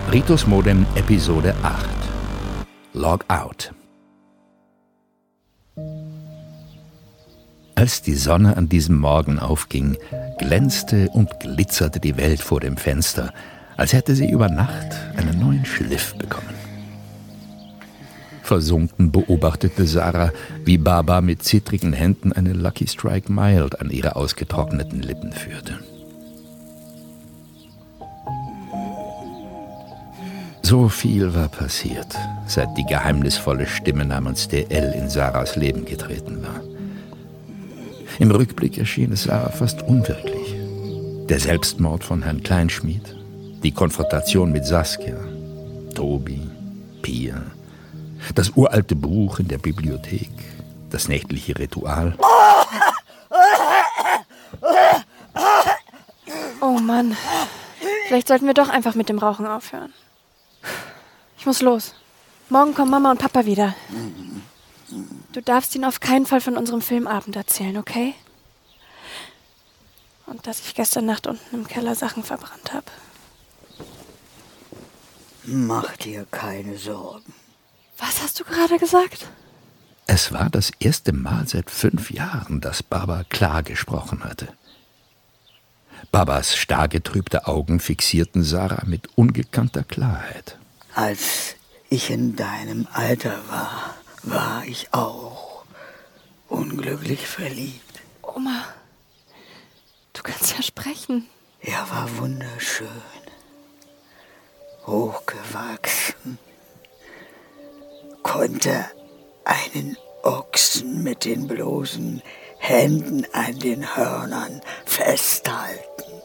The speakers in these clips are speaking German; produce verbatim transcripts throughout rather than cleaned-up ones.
Ritus Modem Episode acht. Log Out. Als die Sonne an diesem Morgen aufging, glänzte und glitzerte die Welt vor dem Fenster, als hätte sie über Nacht einen neuen Schliff bekommen. Versunken beobachtete Sarah, wie Baba mit zittrigen Händen eine Lucky Strike Mild an ihre ausgetrockneten Lippen führte. So viel war passiert, seit die geheimnisvolle Stimme namens D L in Sarahs Leben getreten war. Im Rückblick erschien es Sarah fast unwirklich. Der Selbstmord von Herrn Kleinschmied, die Konfrontation mit Saskia, Tobi, Pia, das uralte Buch in der Bibliothek, das nächtliche Ritual. Oh Mann, vielleicht sollten wir doch einfach mit dem Rauchen aufhören. Ich muss los. Morgen kommen Mama und Papa wieder. Du darfst ihnen auf keinen Fall von unserem Filmabend erzählen, okay? Und dass ich gestern Nacht unten im Keller Sachen verbrannt habe. Mach dir keine Sorgen. Was hast du gerade gesagt? Es war das erste Mal seit fünf Jahren, dass Baba klar gesprochen hatte. Babas starr getrübte Augen fixierten Sarah mit ungekannter Klarheit. Als ich in deinem Alter war, war ich auch unglücklich verliebt. Oma, du kannst ja sprechen. Er war wunderschön, hochgewachsen, konnte einen Ochsen mit den bloßen Händen an den Hörnern festhalten.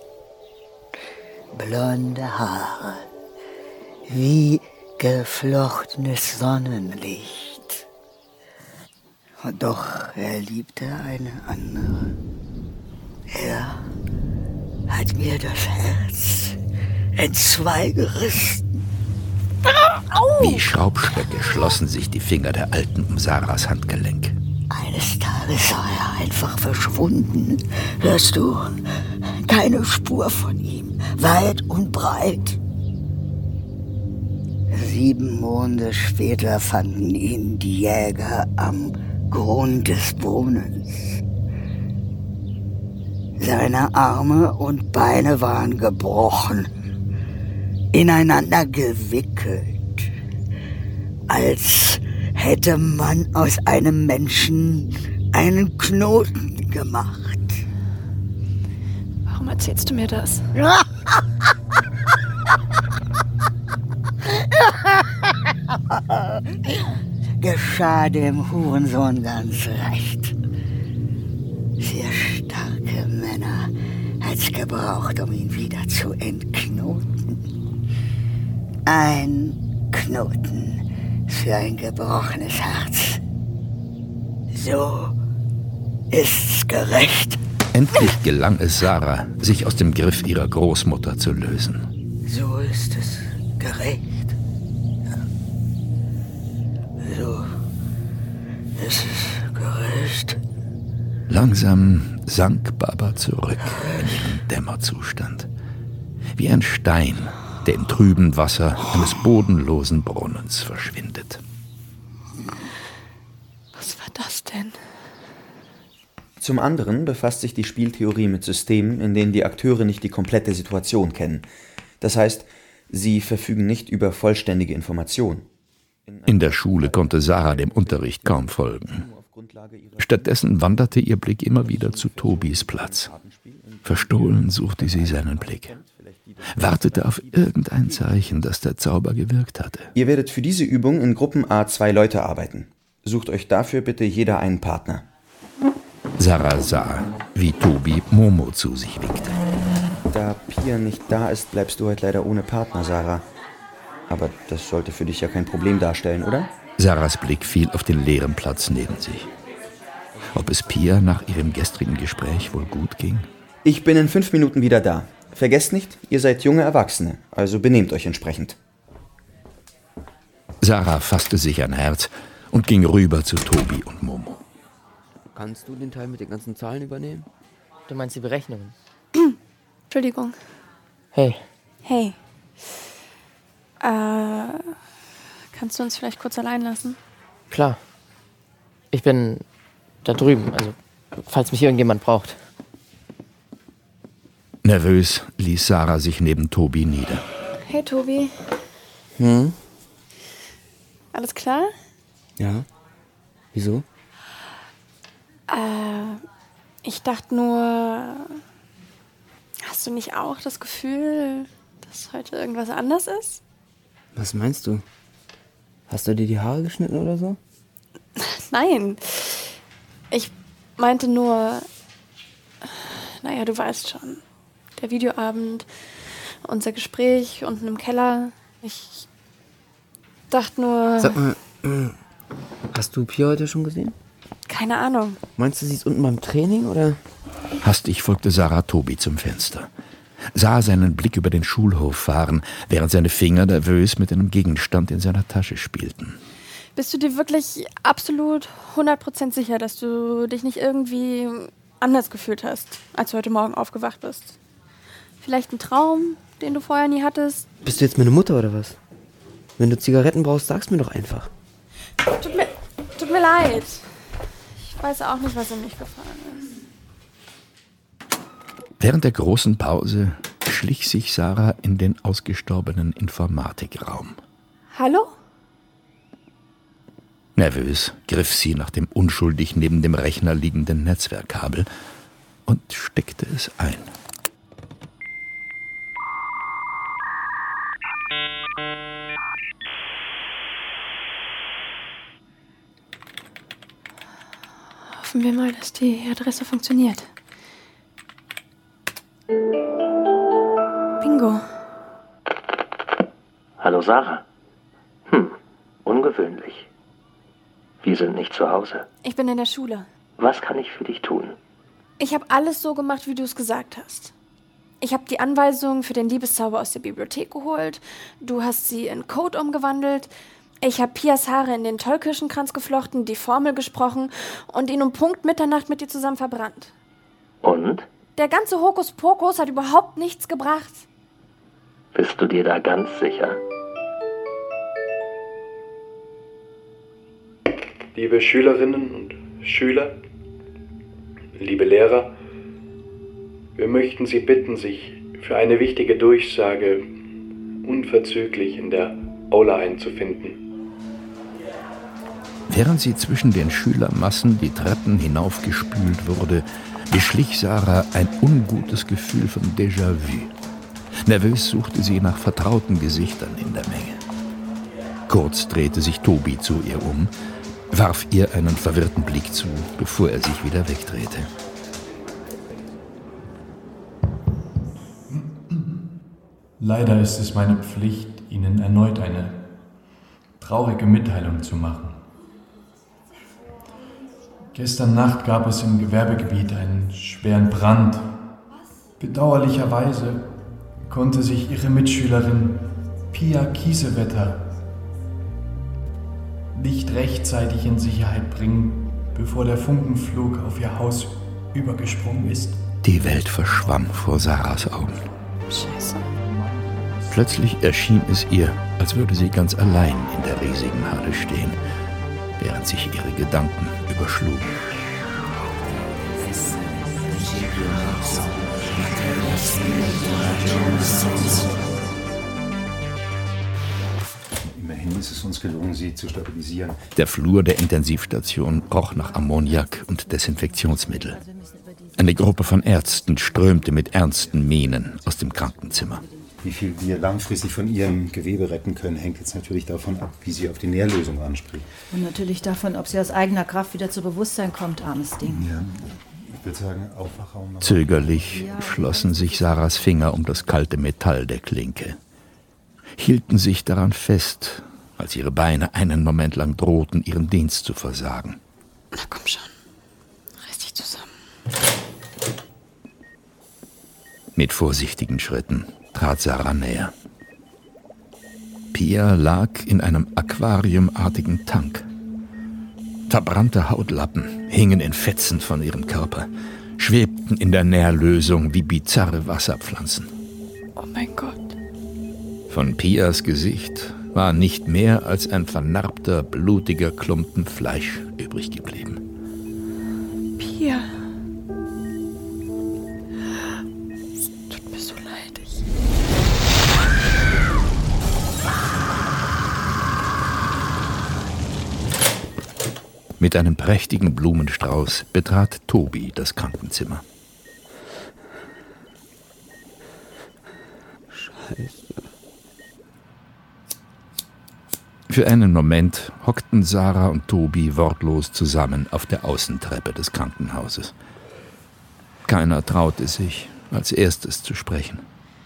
Blonde Haare, wie geflochtenes Sonnenlicht. Und doch, er liebte eine andere. Er hat mir das Herz entzwei gerissen. Wie Schraubstöcke schlossen sich die Finger der Alten um Sarahs Handgelenk. Eines Tages war er einfach verschwunden. Hörst du? Keine Spur von ihm, weit und breit. Sieben Monde später fanden ihn die Jäger am Grund des Brunnens. Seine Arme und Beine waren gebrochen, ineinander gewickelt, als hätte man aus einem Menschen einen Knoten gemacht. Warum erzählst du mir das? Geschah dem Hurensohn ganz recht. Sehr starke Männer hat's gebraucht, um ihn wieder zu entknoten. Ein Knoten für ein gebrochenes Herz. So ist's gerecht. Endlich gelang es Sarah, sich aus dem Griff ihrer Großmutter zu lösen. So ist es gerecht. Ja. So ist es gerecht. Langsam sank Baba zurück in ihren Dämmerzustand. Wie ein Stein, der im trüben Wasser eines bodenlosen Brunnens verschwindet. Was war das denn? Zum anderen befasst sich die Spieltheorie mit Systemen, in denen die Akteure nicht die komplette Situation kennen. Das heißt, sie verfügen nicht über vollständige Informationen. In der Schule konnte Sarah dem Unterricht kaum folgen. Stattdessen wanderte ihr Blick immer wieder zu Tobis Platz. Verstohlen suchte sie seinen Blick. Wartete auf irgendein Zeichen, dass der Zauber gewirkt hatte. Ihr werdet für diese Übung in Gruppen A zwei Leute arbeiten. Sucht euch dafür bitte jeder einen Partner. Sarah sah, wie Tobi Momo zu sich winkte. Da Pia nicht da ist, bleibst du heute leider ohne Partner, Sarah. Aber das sollte für dich ja kein Problem darstellen, oder? Sarahs Blick fiel auf den leeren Platz neben sich. Ob es Pia nach ihrem gestrigen Gespräch wohl gut ging? Ich bin in fünf Minuten wieder da. Vergesst nicht, ihr seid junge Erwachsene, also benehmt euch entsprechend. Sarah fasste sich ein Herz und ging rüber zu Tobi und Momo. Kannst du den Teil mit den ganzen Zahlen übernehmen? Du meinst die Berechnungen? Entschuldigung. Hey. Hey. Äh, kannst du uns vielleicht kurz allein lassen? Klar. Ich bin da drüben, also falls mich irgendjemand braucht. Nervös ließ Sarah sich neben Tobi nieder. Hey, Tobi. Hm? Alles klar? Ja. Wieso? Äh, ich dachte nur, hast du nicht auch das Gefühl, dass heute irgendwas anders ist? Was meinst du? Hast du dir die Haare geschnitten oder so? Nein. Ich meinte nur, naja, du weißt schon. Der Videoabend, unser Gespräch unten im Keller. Ich dachte nur... Sag mal, hast du Pia heute schon gesehen? Keine Ahnung. Meinst du, sie ist unten beim Training, oder? Hastig folgte Sarah Tobi zum Fenster, sah seinen Blick über den Schulhof fahren, während seine Finger nervös mit einem Gegenstand in seiner Tasche spielten. Bist du dir wirklich absolut hundert Prozent sicher, dass du dich nicht irgendwie anders gefühlt hast, als du heute Morgen aufgewacht bist? Vielleicht ein Traum, den du vorher nie hattest? Bist du jetzt meine Mutter, oder was? Wenn du Zigaretten brauchst, sag's mir doch einfach. Tut mir, tut mir leid. Ich weiß auch nicht, was in mich gefallen ist. Während der großen Pause schlich sich Sarah in den ausgestorbenen Informatikraum. Hallo? Nervös griff sie nach dem unschuldig neben dem Rechner liegenden Netzwerkkabel und steckte es ein. Hoffen wir mal, dass die Adresse funktioniert. Bingo. Hallo Sarah. Hm, ungewöhnlich. Wir sind nicht zu Hause. Ich bin in der Schule. Was kann ich für dich tun? Ich habe alles so gemacht, wie du es gesagt hast. Ich habe die Anweisungen für den Liebeszauber aus der Bibliothek geholt. Du hast sie in Code umgewandelt. Ich habe Pias Haare in den Tollkirschenkranz geflochten, die Formel gesprochen und ihn um Punkt Mitternacht mit dir zusammen verbrannt. Und? Der ganze Hokuspokus hat überhaupt nichts gebracht. Bist du dir da ganz sicher? Liebe Schülerinnen und Schüler, liebe Lehrer, wir möchten Sie bitten, sich für eine wichtige Durchsage unverzüglich in der Aula einzufinden. Während sie zwischen den Schülermassen die Treppen hinaufgespült wurde, beschlich Sarah ein ungutes Gefühl von Déjà-vu. Nervös suchte sie nach vertrauten Gesichtern in der Menge. Kurz drehte sich Tobi zu ihr um, warf ihr einen verwirrten Blick zu, bevor er sich wieder wegdrehte. Leider ist es meine Pflicht, Ihnen erneut eine traurige Mitteilung zu machen. Gestern Nacht gab es im Gewerbegebiet einen schweren Brand. Bedauerlicherweise konnte sich Ihre Mitschülerin Pia Kiesewetter nicht rechtzeitig in Sicherheit bringen, bevor der Funkenflug auf ihr Haus übergesprungen ist. Die Welt verschwamm vor Sarahs Augen. Scheiße. Plötzlich erschien es ihr, als würde sie ganz allein in der riesigen Halle stehen, während sich ihre Gedanken überschlugen. Immerhin ist es uns gelungen, sie zu stabilisieren. Der Flur der Intensivstation roch nach Ammoniak und Desinfektionsmittel. Eine Gruppe von Ärzten strömte mit ernsten Mienen aus dem Krankenzimmer. Wie viel wir langfristig von ihrem Gewebe retten können, hängt jetzt natürlich davon ab, wie sie auf die Nährlösung anspricht. Und natürlich davon, ob sie aus eigener Kraft wieder zu Bewusstsein kommt, armes Ding. Ja, ich würde sagen, Aufwachraum. Zögerlich schlossen sich Sarahs Finger um das kalte Metall der Klinke, hielten sich daran fest, als ihre Beine einen Moment lang drohten, ihren Dienst zu versagen. Na komm schon, reiß dich zusammen. Mit vorsichtigen Schritten trat Sarah näher. Pia lag in einem aquariumartigen Tank. Verbrannte Hautlappen hingen in Fetzen von ihrem Körper, schwebten in der Nährlösung wie bizarre Wasserpflanzen. Oh mein Gott. Von Pias Gesicht war nicht mehr als ein vernarbter, blutiger Klumpen Fleisch übrig geblieben. Pia. Es tut mir so leid. Ich... Mit einem prächtigen Blumenstrauß betrat Tobi das Krankenzimmer. Scheiße. Für einen Moment hockten Sarah und Tobi wortlos zusammen auf der Außentreppe des Krankenhauses. Keiner traute sich, als erstes zu sprechen.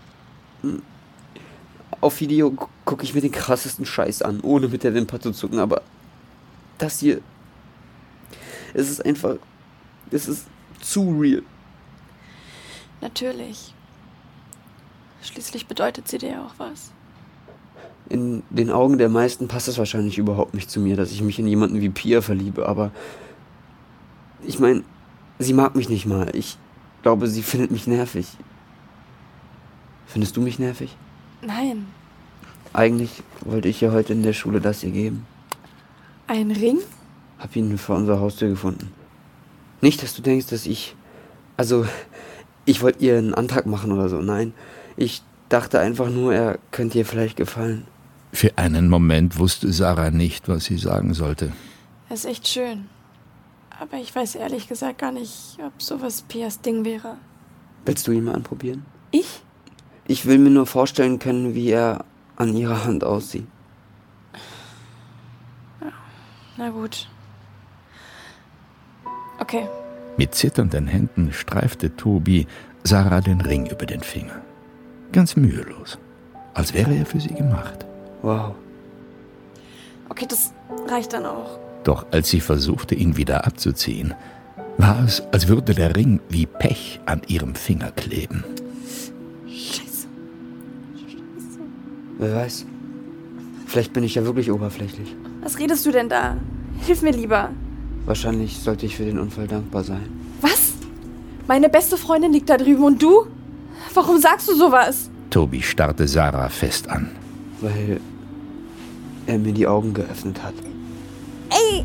Auf Video gu- gucke ich mir den krassesten Scheiß an, ohne mit der Wimper zu zucken, aber das hier, es ist einfach, es ist zu real. Natürlich. Schließlich bedeutet sie dir ja auch was. In den Augen der meisten passt es wahrscheinlich überhaupt nicht zu mir, dass ich mich in jemanden wie Pia verliebe, aber ich meine, sie mag mich nicht mal. Ich glaube, sie findet mich nervig. Findest du mich nervig? Nein. Eigentlich wollte ich ja heute in der Schule das ihr geben. Ein Ring? Hab ihn vor unserer Haustür gefunden. Nicht, dass du denkst, dass ich... Also, ich wollte ihr einen Antrag machen oder so. Nein, ich dachte einfach nur, er könnte ihr vielleicht gefallen. Für einen Moment wusste Sarah nicht, was sie sagen sollte. Er ist echt schön. Aber ich weiß ehrlich gesagt gar nicht, ob sowas Pias Ding wäre. Willst du ihn mal anprobieren? Ich? Ich will mir nur vorstellen können, wie er an ihrer Hand aussieht. Ja, na gut. Okay. Mit zitternden Händen streifte Tobi Sarah den Ring über den Finger. Ganz mühelos, als wäre er für sie gemacht. Wow. Okay, das reicht dann auch. Doch als sie versuchte, ihn wieder abzuziehen, war es, als würde der Ring wie Pech an ihrem Finger kleben. Scheiße. Scheiße. Wer weiß. Vielleicht bin ich ja wirklich oberflächlich. Was redest du denn da? Hilf mir lieber. Wahrscheinlich sollte ich für den Unfall dankbar sein. Was? Meine beste Freundin liegt da drüben und du? Warum sagst du sowas? Tobi starrte Sarah fest an. Weil er mir die Augen geöffnet hat. Ey!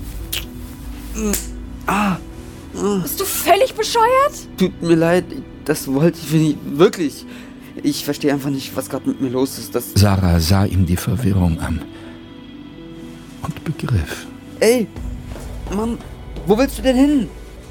Ah! Bist du völlig bescheuert? Tut mir leid, das wollte ich nicht. Wirklich. Ich verstehe einfach nicht, was gerade mit mir los ist. Das Sarah sah ihm die Verwirrung an und begriff. Ey! Mann, wo willst du denn hin?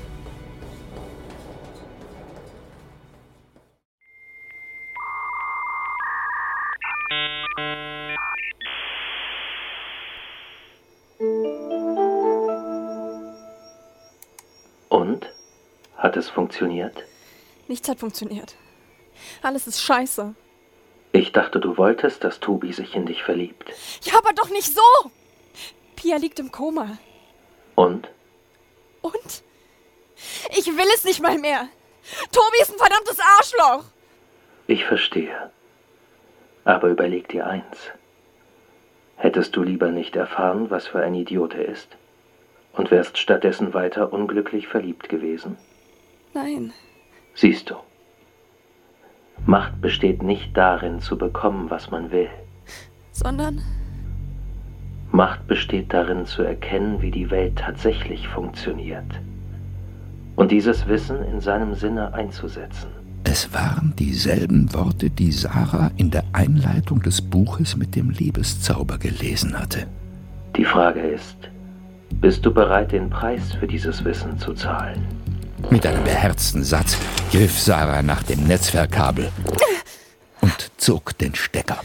Und? Hat es funktioniert? Nichts hat funktioniert. Alles ist scheiße. Ich dachte, du wolltest, dass Tobi sich in dich verliebt. Ja, aber doch nicht so! Pia liegt im Koma. Und? Und? Ich will es nicht mal mehr. Tobi ist ein verdammtes Arschloch. Ich verstehe. Aber überleg dir eins. Hättest du lieber nicht erfahren, was für ein Idiot er ist? Und wärst stattdessen weiter unglücklich verliebt gewesen? Nein. Siehst du. Macht besteht nicht darin, zu bekommen, was man will. Sondern? Macht besteht darin, zu erkennen, wie die Welt tatsächlich funktioniert. Und dieses Wissen in seinem Sinne einzusetzen. Es waren dieselben Worte, die Sarah in der Einleitung des Buches mit dem Liebeszauber gelesen hatte. Die Frage ist, bist du bereit, den Preis für dieses Wissen zu zahlen? Mit einem beherzten Satz griff Sarah nach dem Netzwerkkabel und zog den Stecker.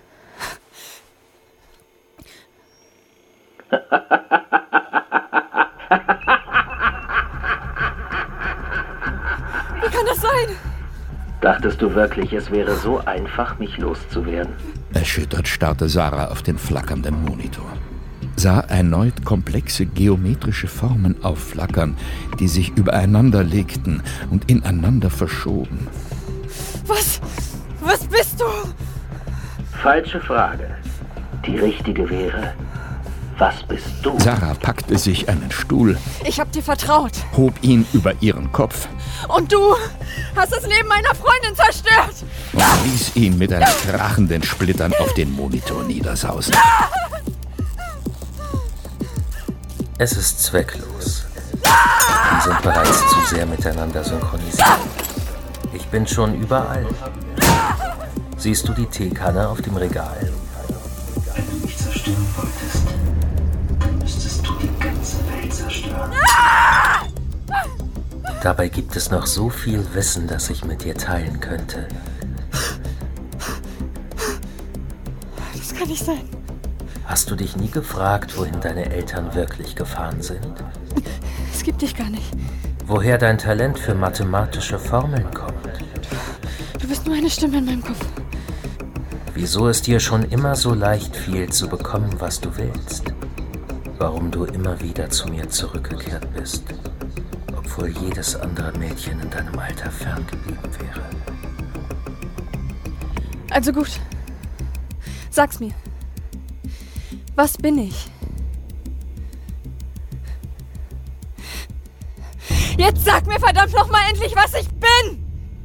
Wie kann das sein? Dachtest du wirklich, es wäre so einfach, mich loszuwerden? Erschüttert starrte Sarah auf den flackernden Monitor. Sah erneut komplexe geometrische Formen aufflackern, die sich übereinander legten und ineinander verschoben. Was? Was bist du? Falsche Frage. Die richtige wäre, Was bist du? Sarah packte sich einen Stuhl. Ich hab dir vertraut. Hob ihn über ihren Kopf. Und du hast das Leben meiner Freundin zerstört. Und ließ ihn mit einem krachenden Splittern auf den Monitor niedersausen. Es ist zwecklos. Wir sind bereits zu sehr miteinander synchronisiert. Ich bin schon überall. Siehst du die Teekanne auf dem Regal? Wenn du mich zerstören wolltest, dann müsstest du die ganze Welt zerstören. Dabei gibt es noch so viel Wissen, das ich mit dir teilen könnte. Das kann nicht sein. Hast du dich nie gefragt, wohin deine Eltern wirklich gefahren sind? Es gibt dich gar nicht. Woher dein Talent für mathematische Formeln kommt? Du bist nur eine Stimme in meinem Kopf. Wieso es dir schon immer so leicht fiel, zu bekommen, was du willst? Warum du immer wieder zu mir zurückgekehrt bist, obwohl jedes andere Mädchen in deinem Alter ferngeblieben wäre? Also gut. Sag's mir. Was bin ich? Jetzt sag mir verdammt noch mal endlich, was ich bin!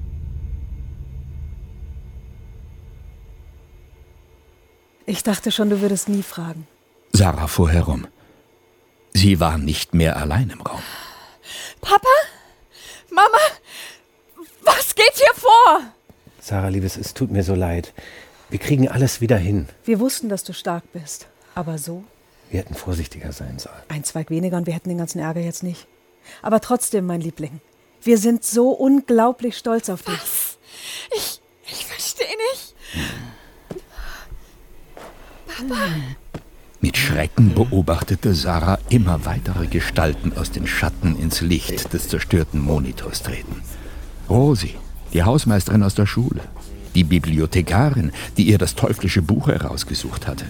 Ich dachte schon, du würdest nie fragen. Sarah fuhr herum. Sie war nicht mehr allein im Raum. Papa? Mama? Was geht hier vor? Sarah, Liebes, es tut mir so leid. Wir kriegen alles wieder hin. Wir wussten, dass du stark bist. Aber so? Wir hätten vorsichtiger sein sollen. Ein Zweig weniger und wir hätten den ganzen Ärger jetzt nicht. Aber trotzdem, mein Liebling, wir sind so unglaublich stolz auf dich. Was? Ich, ich verstehe nicht. Papa? Mit Schrecken beobachtete Sarah immer weitere Gestalten aus den Schatten ins Licht des zerstörten Monitors treten. Rosi, die Hausmeisterin aus der Schule, die Bibliothekarin, die ihr das teuflische Buch herausgesucht hatte.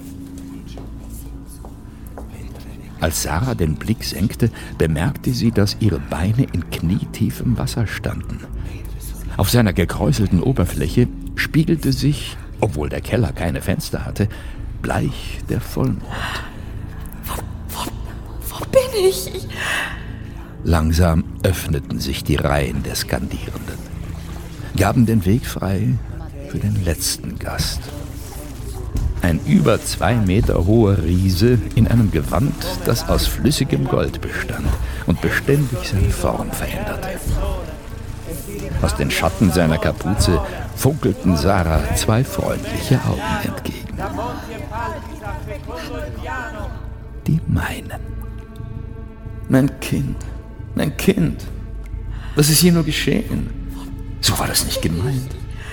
Als Sarah den Blick senkte, bemerkte sie, dass ihre Beine in knietiefem Wasser standen. Auf seiner gekräuselten Oberfläche spiegelte sich, obwohl der Keller keine Fenster hatte, bleich der Vollmond. Wo, wo, wo bin ich? ich? Langsam öffneten sich die Reihen der Skandierenden, gaben den Weg frei für den letzten Gast. Ein über zwei Meter hoher Riese in einem Gewand, das aus flüssigem Gold bestand und beständig seine Form veränderte. Aus den Schatten seiner Kapuze funkelten Sarah zwei freundliche Augen entgegen. Die meinen. Mein Kind, mein Kind, was ist hier nur geschehen? So war das nicht gemeint.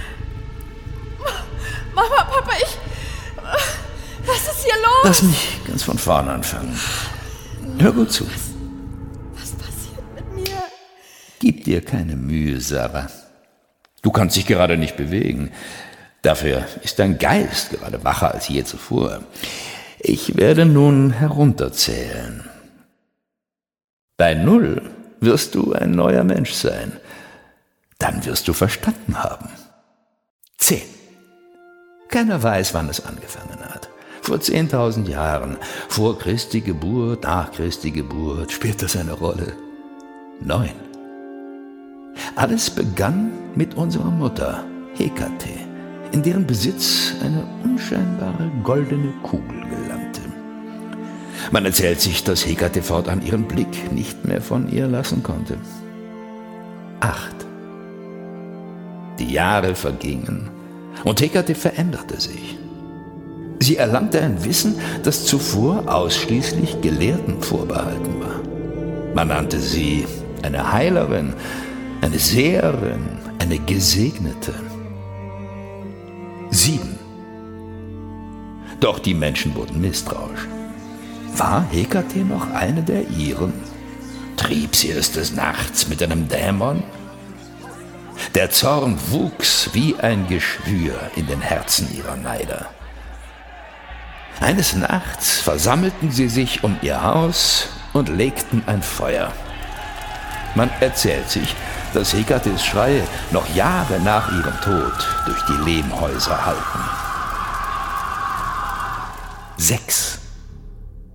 Mama, Papa, ich... Was ist hier los? Lass mich ganz von vorne anfangen. Hör gut zu. Was passiert mit mir? Gib dir keine Mühe, Sarah. Du kannst dich gerade nicht bewegen. Dafür ist dein Geist gerade wacher als je zuvor. Ich werde nun herunterzählen. Bei Null wirst du ein neuer Mensch sein. Dann wirst du verstanden haben. Zehn. Keiner weiß, wann es angefangen hat. Vor zehntausend Jahren, vor Christi Geburt, nach Christi Geburt, spielt das eine Rolle. Neun. Alles begann mit unserer Mutter, Hekate, in deren Besitz eine unscheinbare goldene Kugel gelangte. Man erzählt sich, dass Hekate fortan ihren Blick nicht mehr von ihr lassen konnte. Acht. Die Jahre vergingen und Hekate veränderte sich. Sie erlangte ein Wissen, das zuvor ausschließlich Gelehrten vorbehalten war. Man nannte sie eine Heilerin, eine Seherin, eine Gesegnete. Sieben. Doch die Menschen wurden misstrauisch. War Hekate noch eine der ihren? Trieb sie es des Nachts mit einem Dämon? Der Zorn wuchs wie ein Geschwür in den Herzen ihrer Neider. Eines Nachts versammelten sie sich um ihr Haus und legten ein Feuer. Man erzählt sich, dass Hekates Schreie noch Jahre nach ihrem Tod durch die Lehmhäuser hallten. Sechs.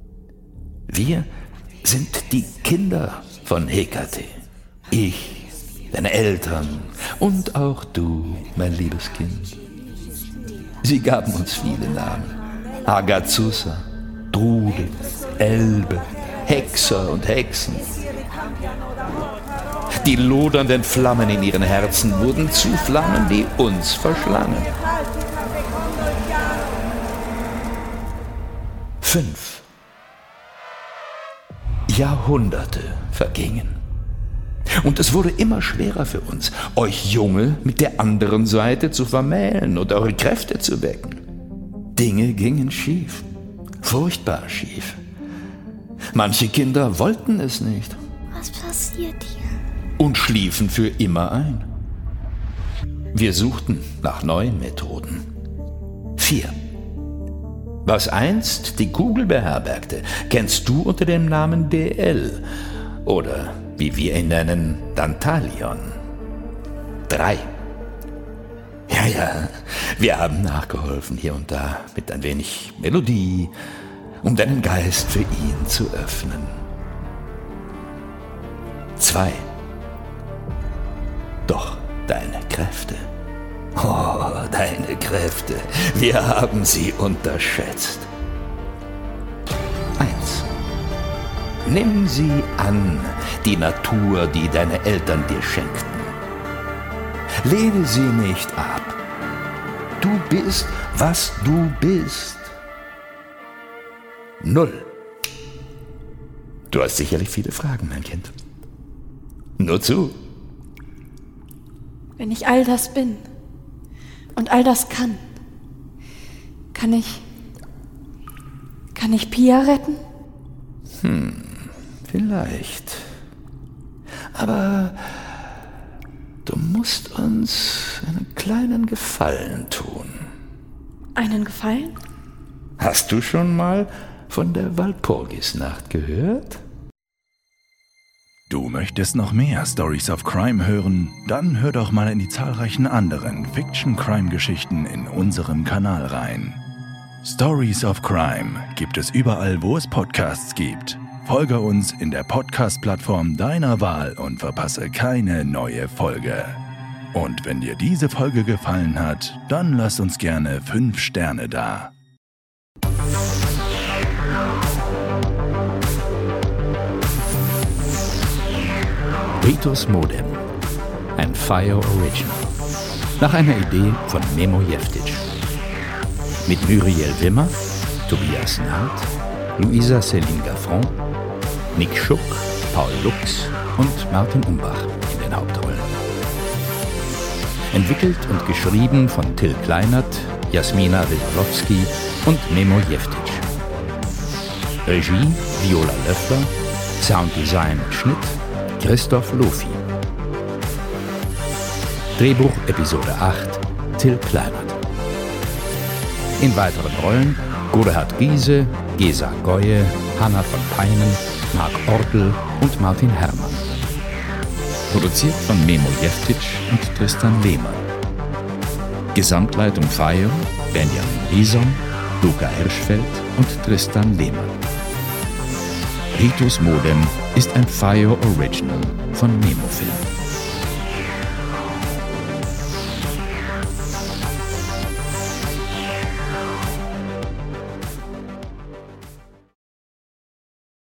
Wir sind die Kinder von Hekate. Ich, deine Eltern und auch du, mein liebes Kind. Sie gaben uns viele Namen. Agazusa, Trude, Elbe, Hexer und Hexen. Die lodernden Flammen in ihren Herzen wurden zu Flammen, die uns verschlangen. Fünf Jahrhunderte vergingen. Und es wurde immer schwerer für uns, euch Junge mit der anderen Seite zu vermählen und eure Kräfte zu wecken. Dinge gingen schief, furchtbar schief. Manche Kinder wollten es nicht. Was passiert hier? Und schliefen für immer ein. Wir suchten nach neuen Methoden. Vier. Was einst die Kugel beherbergte, kennst du unter dem Namen D L oder, wie wir ihn nennen, Dantalion. Drei. Ja, ja, wir haben nachgeholfen hier und da mit ein wenig Melodie, um deinen Geist für ihn zu öffnen. Zwei. Doch deine Kräfte. Oh, deine Kräfte. Wir haben sie unterschätzt. Eins. Nimm sie an, die Natur, die deine Eltern dir schenkten. Lehne sie nicht ab. Du bist, was du bist. Null. Du hast sicherlich viele Fragen, mein Kind. Nur zu. Wenn ich all das bin und all das kann, kann ich, kann ich Pia retten? Hm, vielleicht. Aber du musst uns einen kleinen Gefallen tun. Einen Gefallen? Hast du schon mal von der Walpurgisnacht gehört? Du möchtest noch mehr Stories of Crime hören? Dann hör doch mal in die zahlreichen anderen Fiction-Crime-Geschichten in unserem Kanal rein. Stories of Crime gibt es überall, wo es Podcasts gibt. Folge uns in der Podcast-Plattform deiner Wahl und verpasse keine neue Folge. Und wenn dir diese Folge gefallen hat, dann lass uns gerne fünf Sterne da. Ritus Modem, ein Fire Original, nach einer Idee von Memo Jeftic. Mit Muriel Wimmer, Tobias Naht, Luisa Céline Gaffron, Nick Schuck, Paul Lux und Martin Umbach in den Hauptrollen. Entwickelt und geschrieben von Till Kleinert, Jasmina Wildolowski und Memo Jeftic. Regie Viola Löffler, Sounddesign und Schnitt Christoph Lofi. Drehbuch Episode acht, Till Kleinert. In weiteren Rollen Godehard Giese, Gesa Goye, Hanna von Peinen, Marc Ortel und Martin Herrmann. Produziert von Memo Jeftic und Tristan Lehmann. Gesamtleitung Fire, Benjamin Bison, Luca Hirschfeld und Tristan Lehmann. Ritus Modem ist ein Fire Original von Memo Film.